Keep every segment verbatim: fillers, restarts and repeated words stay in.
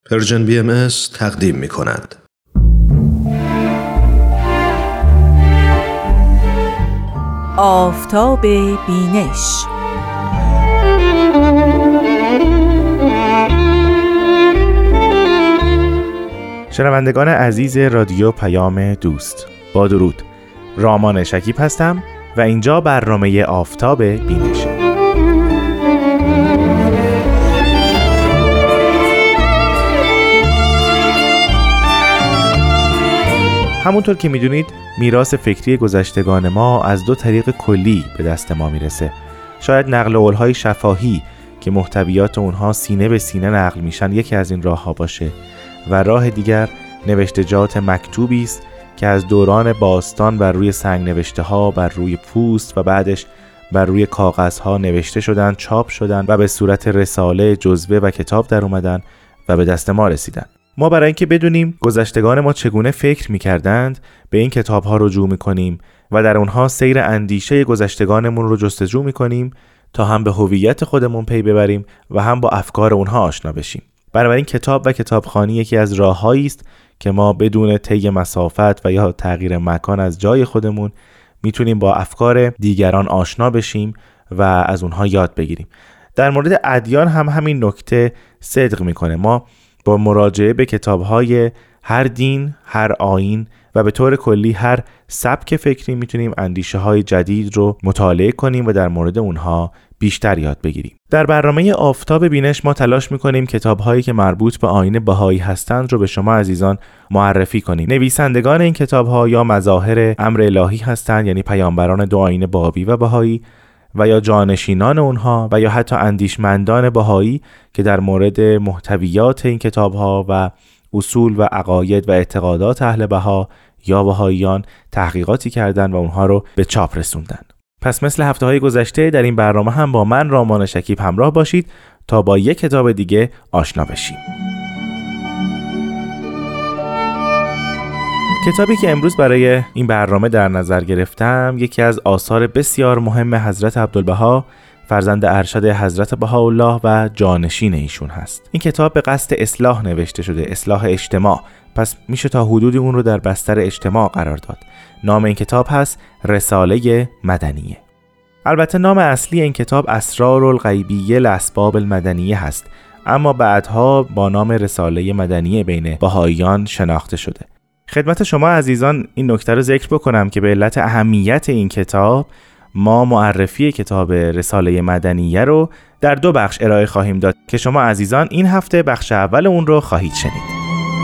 پرژن بی ام اس تقدیم می کند. آفتاب بینش. شنوندگان عزیز رادیو پیام دوست، با درود. رامان شکیب هستم و اینجا برنامه آفتاب بینشه. همونطور که میدونید میراث فکری گذشتگان ما از دو طریق کلی به دست ما میرسه. شاید نقل قول‌های شفاهی که محتویات اونها سینه به سینه نقل میشن یکی از این راه‌ها باشه و راه دیگر نوشتجات مکتوبی است که از دوران باستان بر روی سنگ نوشته ها بر روی پوست و بعدش بر روی کاغذ ها نوشته شدن، چاپ شدن و به صورت رساله، جزوه و کتاب در اومدن و به دست ما رسیدن. ما برای اینکه بدونیم گذشتگان ما چگونه فکر می‌کردند به این کتاب‌ها رجوع می‌کنیم و در اونها سیر اندیشه گذشتگانمون رو جستجو می‌کنیم تا هم به هویت خودمون پی ببریم و هم با افکار اونها آشنا بشیم. بنابراین کتاب و کتابخوانی یکی از راه‌هایی است که ما بدون طی مسافت و یا تغییر مکان از جای خودمون میتونیم با افکار دیگران آشنا بشیم و از اونها یاد بگیریم. در مورد ادیان هم همین نکته صدق میکنه. ما با مراجعه به کتاب‌های هر دین، هر آیین و به طور کلی هر سبک فکری میتونیم اندیشه‌های جدید رو مطالعه کنیم و در مورد اونها بیشتر یاد بگیریم. در برنامه آفتاب بینش ما تلاش میکنیم کتاب‌هایی که مربوط به آیین بهایی هستند رو به شما عزیزان معرفی کنیم. نویسندگان این کتاب‌ها یا مظاهر امر الهی هستند، یعنی پیامبران دو آیین بابی و بهایی و یا جانشینان اونها و یا حتی اندیشمندان بهایی که در مورد محتویات این کتاب‌ها و اصول و عقاید و اعتقادات اهل بها یا بهاییان تحقیقاتی کردند و اونها رو به چاپ رسوندن. پس مثل هفته‌های گذشته در این برنامه هم با من رامان شکیب همراه باشید تا با یک کتاب دیگه آشنا بشیم. کتابی که امروز برای این برنامه در نظر گرفتم یکی از آثار بسیار مهم حضرت عبدالبها، فرزند ارشد حضرت بهاءالله و جانشین ایشون هست. این کتاب به قصد اصلاح نوشته شده، اصلاح اجتماع، پس میشه تا حدودی اون رو در بستر اجتماع قرار داد. نام این کتاب هست رساله مدنیه. البته نام اصلی این کتاب اسرارالغیبیه لاسباب المدنیه هست، اما بعدها با نام رساله مدنیه بین بهاییان شناخته شده. خدمت شما عزیزان این نکته رو ذکر بکنم که به علت اهمیت این کتاب ما معرفی کتاب رساله مدنیه رو در دو بخش ارائه خواهیم داد که شما عزیزان این هفته بخش اول اون رو خواهید شنید.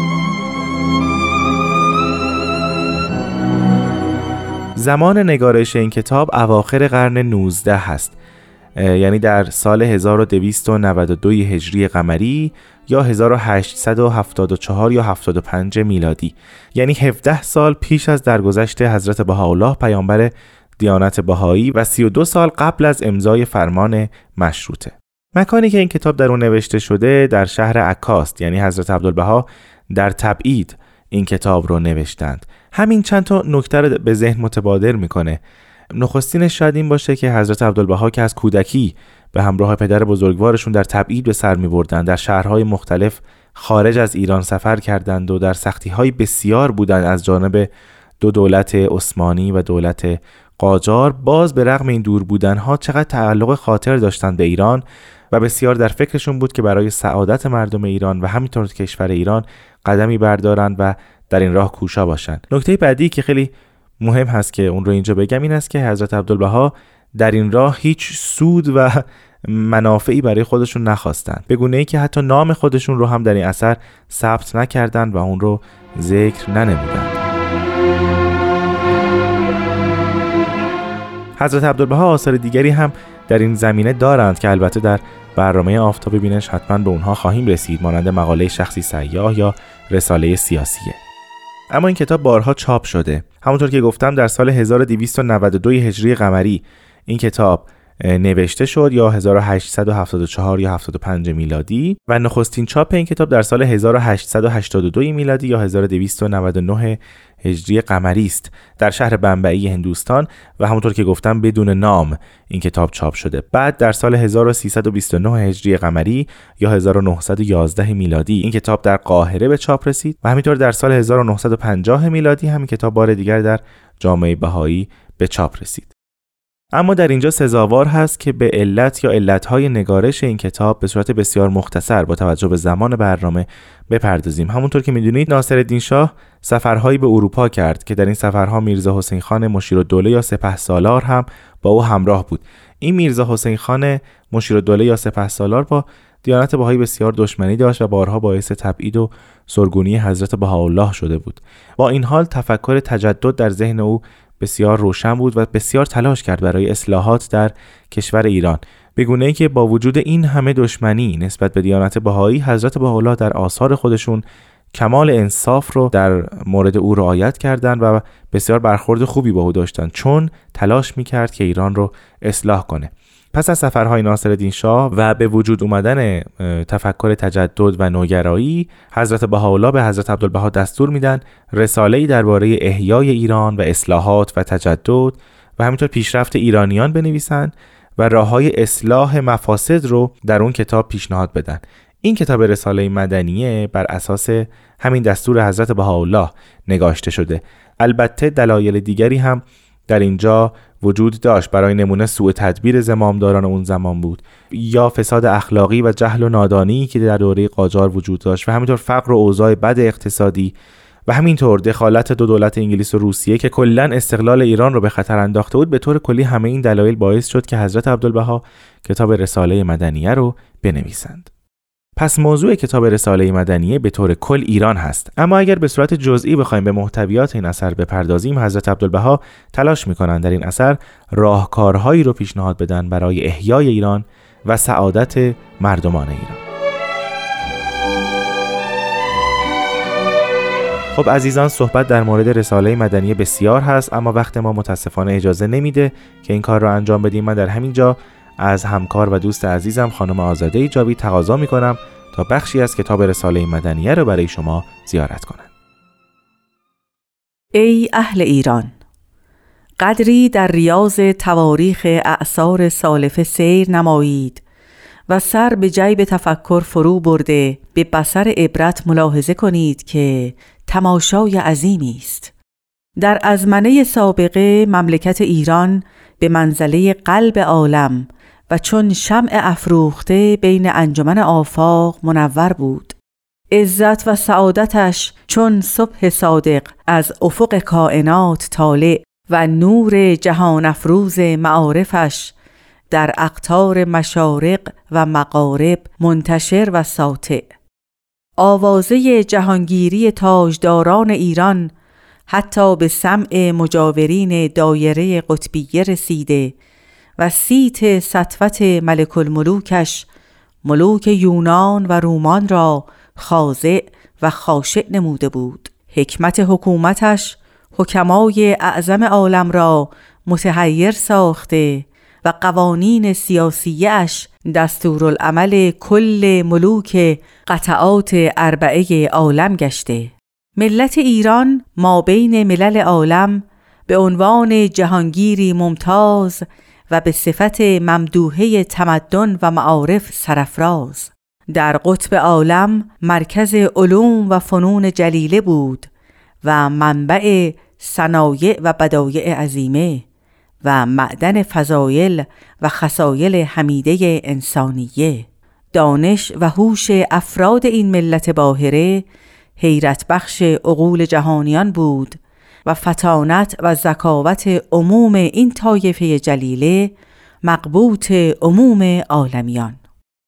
زمان نگارش این کتاب اواخر قرن نوزده هست، یعنی در سال هزار و دویست و نود و دو هجری قمری یا هزار و هشتصد و هفتاد و چهار یا هفتاد و پنج میلادی، یعنی هفده سال پیش از درگذشت حضرت بهاءالله پیامبر دیانت بهایی و سی و دو سال قبل از امضای فرمان مشروطه. مکانی که این کتاب در اون نوشته شده در شهر عکاست، یعنی حضرت عبدالبها در تبعید این کتاب رو نوشتند. همین چند تا نکته رو به ذهن متبادر میکنه. نخستینش شاید این باشه که حضرت عبدالبها که از کودکی به همراه پدر بزرگوارشون در تبعید به سر میبردند، در شهرهای مختلف خارج از ایران سفر کردند و در سختی‌های بسیار بودند از جانب دو دولت عثمانی و دولت قاجار، باز به رغم این دور بودنها چقدر تعلق خاطر داشتند به ایران و بسیار در فکرشون بود که برای سعادت مردم ایران و همینطور کشور ایران قدمی بردارند و در این راه کوشا باشند. نکته بعدی که خیلی مهم هست که اون رو اینجا بگم این است که حضرت عبدالبها در این راه هیچ سود و منافعی برای خودشون نخواستند، به گونه‌ای که حتی نام خودشون رو هم در این اثر ثبت نکردند و اون رو ذکر ننمودند. حضرت عبدالبها آثار دیگری هم در این زمینه دارند که البته در برنامه آفتاب بینش حتما به اونها خواهیم رسید، مانند مقاله شخصی سیاح یا رساله سیاسیه. اما این کتاب بارها چاپ شده. همونطور که گفتم در سال هزار و دویست و نود و دو هجری قمری این کتاب نوشته شد یا هزار و هشتصد و هفتاد و چهار یا هفتاد و پنج میلادی و نخستین چاپ این کتاب در سال هزار و هشتصد و هشتاد و دو میلادی یا هزار و دویست و نود و نه هجری قمری است در شهر بمبئی هندوستان و همونطور که گفتم بدون نام این کتاب چاپ شده. بعد در سال هزار و سیصد و بیست و نه هجری قمری یا هزار و نهصد و یازده میلادی این کتاب در قاهره به چاپ رسید و همینطور در سال هزار و نهصد و پنجاه میلادی همین کتاب بار دیگر در جامعه بهایی به چاپ رسید. اما در اینجا سزاوار هست که به علت یا علتهای نگارش این کتاب به صورت بسیار مختصر با توجه به زمان برنامه بپردازیم. همونطور که میدونید ناصرالدین شاه سفرهایی به اروپا کرد که در این سفرها میرزا حسین خان مشیرالدوله یا سپهسالار هم با او همراه بود. این میرزا حسین خان مشیرالدوله یا سپهسالار با دیانت بهایی بسیار دشمنی داشت و بارها باعث تبعید و سرگونی حضرت بهاءالله شده بود. با این حال تفکر تجدد در ذهن او بسیار روشن بود و بسیار تلاش کرد برای اصلاحات در کشور ایران، به گونه‌ای که با وجود این همه دشمنی نسبت به دیانت بهایی حضرت بهاءالله در آثار خودشون کمال انصاف رو در مورد او رعایت کردند و بسیار برخورد خوبی با او داشتند، چون تلاش می‌کرد که ایران رو اصلاح کنه. پس از سفرهای ناصرالدین شاه و به وجود اومدن تفکر تجدد و نوگرایی، حضرت بهاءالله به حضرت عبدالبها دستور میدن رساله‌ای درباره احیای ایران و اصلاحات و تجدد و همینطور پیشرفت ایرانیان بنویسند و راههای اصلاح مفاسد رو در اون کتاب پیشنهاد بدن. این کتاب رساله مدنیه بر اساس همین دستور حضرت بهاءالله نگاشته شده. البته دلایل دیگری هم در اینجا وجود داشت. برای نمونه سوء تدبیر زمامداران اون زمان بود یا فساد اخلاقی و جهل و نادانی که در دوره قاجار وجود داشت و همینطور فقر و اوضاع بد اقتصادی و همینطور دخالت دو دولت انگلیس و روسیه که کلاً استقلال ایران رو به خطر انداخته بود. به طور کلی همه این دلایل باعث شد که حضرت عبدالبها کتاب رساله مدنیه رو بنویسند. پس موضوع کتاب رساله مدنیه به طور کل ایران هست، اما اگر به صورت جزئی بخوایم به محتویات این اثر بپردازیم، حضرت عبدالبها تلاش میکنن در این اثر راهکارهایی رو پیشنهاد بدن برای احیای ایران و سعادت مردمان ایران. خب عزیزان، صحبت در مورد رساله مدنیه بسیار هست، اما وقت ما متاسفانه اجازه نمیده که این کار رو انجام بدیم. من در همین جا از همکار و دوست عزیزم خانم آزاده جاوید تقاضا میکنم تا بخشی از کتاب رساله مدنیه رو برای شما زیارت کنند. ای اهل ایران، قدری در ریاض تواریخ اعصار سالفه سیر نمایید و سر به جیب تفکر فرو برده به بصر عبرت ملاحظه کنید که تماشای عظیمی است. در ازمنه سابقه مملکت ایران به منزله قلب عالم و چون شمع افروخته بین انجمن آفاق منور بود. عزت و سعادتش چون صبح صادق از افق کائنات طالع و نور جهان افروز معارفش در اقطار مشارق و مغارب منتشر و ساطع. آوازه جهانگیری تاجداران ایران حتی به سمع مجاورین دایره قطبیه رسیده و صیت سطوت ملک الملوکش ملوک یونان و رومان را خاضع و خاشع نموده بود. حکمت حکومتش حکمای اعظم عالم را متحیر ساخته و قوانین سیاسیش دستورالعمل کل ملوک قطعات اربعه عالم گشته. ملت ایران ما بین ملل عالم به عنوان جهانگیری ممتاز و به صفت ممدوحه تمدن و معارف سرافراز در قطب عالم مرکز علوم و فنون جلیله بود و منبع صنایع و بدایع عظیمه و معدن فضایل و خصایل حمیده انسانیه. دانش و هوش افراد این ملت باهره حیرت بخش عقول جهانیان بود و فطانت و ذکاوت عموم این طایفه جلیله مقبوط عموم عالمیان.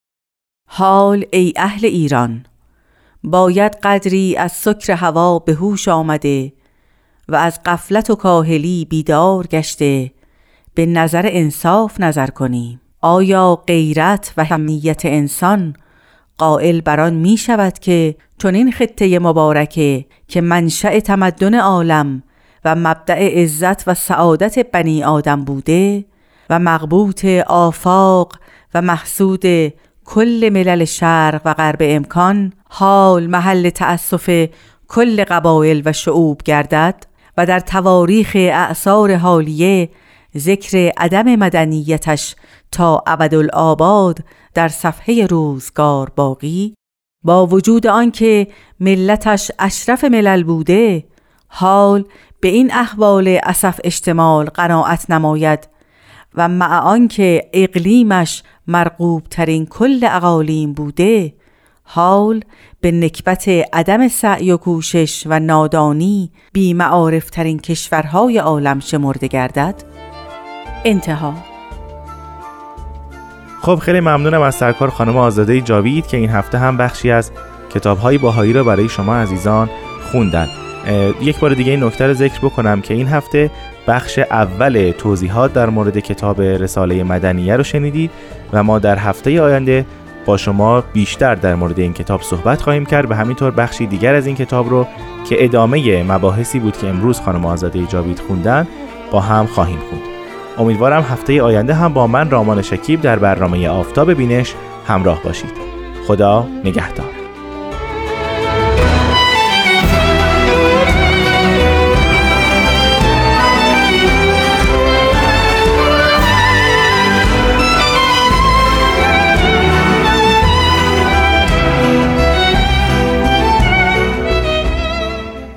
حال ای اهل ایران، باید قدری از سکر هوا به هوش آمده و از غفلت و کاهلی بیدار گشته به نظر انصاف نظر کنیم. آیا غیرت و حمیت انسان قائل بران می شود که چون این خطه مبارکه که منشأ تمدن عالم و مبدأ عزت و سعادت بنی آدم بوده، و مغبوط آفاق و محسود کل ملل شرق و غرب امکان، حال محل تأسف کل قبایل و شعوب گردد و در تواریخ اعصار حالیه ذکر عدم مدنیتش تا ابدالآباد در صفحه روزگار باقی، با وجود آنکه ملتش اشرف ملل بوده، حال به این احوال اسف اشتمال قناعت نماید و مع آنکه اقلیمش مرغوب ترین کل اقالیم بوده، حال به نکبت عدم سعی و کوشش و نادانی بی معارف ترین کشورهای عالم شمرده گردد. انتها. خب خیلی ممنونم از سرکار خانم آزاده جاوید که این هفته هم بخشی از کتاب‌های بهایی را برای شما عزیزان خوندن. یک بار دیگه این نکته رو ذکر بکنم که این هفته بخش اول توضیحات در مورد کتاب رساله مدنیه رو شنیدید و ما در هفته آینده با شما بیشتر در مورد این کتاب صحبت خواهیم کرد و همینطور بخشی دیگر از این کتاب رو که ادامه مباحثی بود که امروز خانم آزاده جاوید خوندن با هم خواهیم خوند. امیدوارم هفته آینده هم با من رامان شکیب در برنامه آفتاب بینش همراه باشید. خدا نگهدار.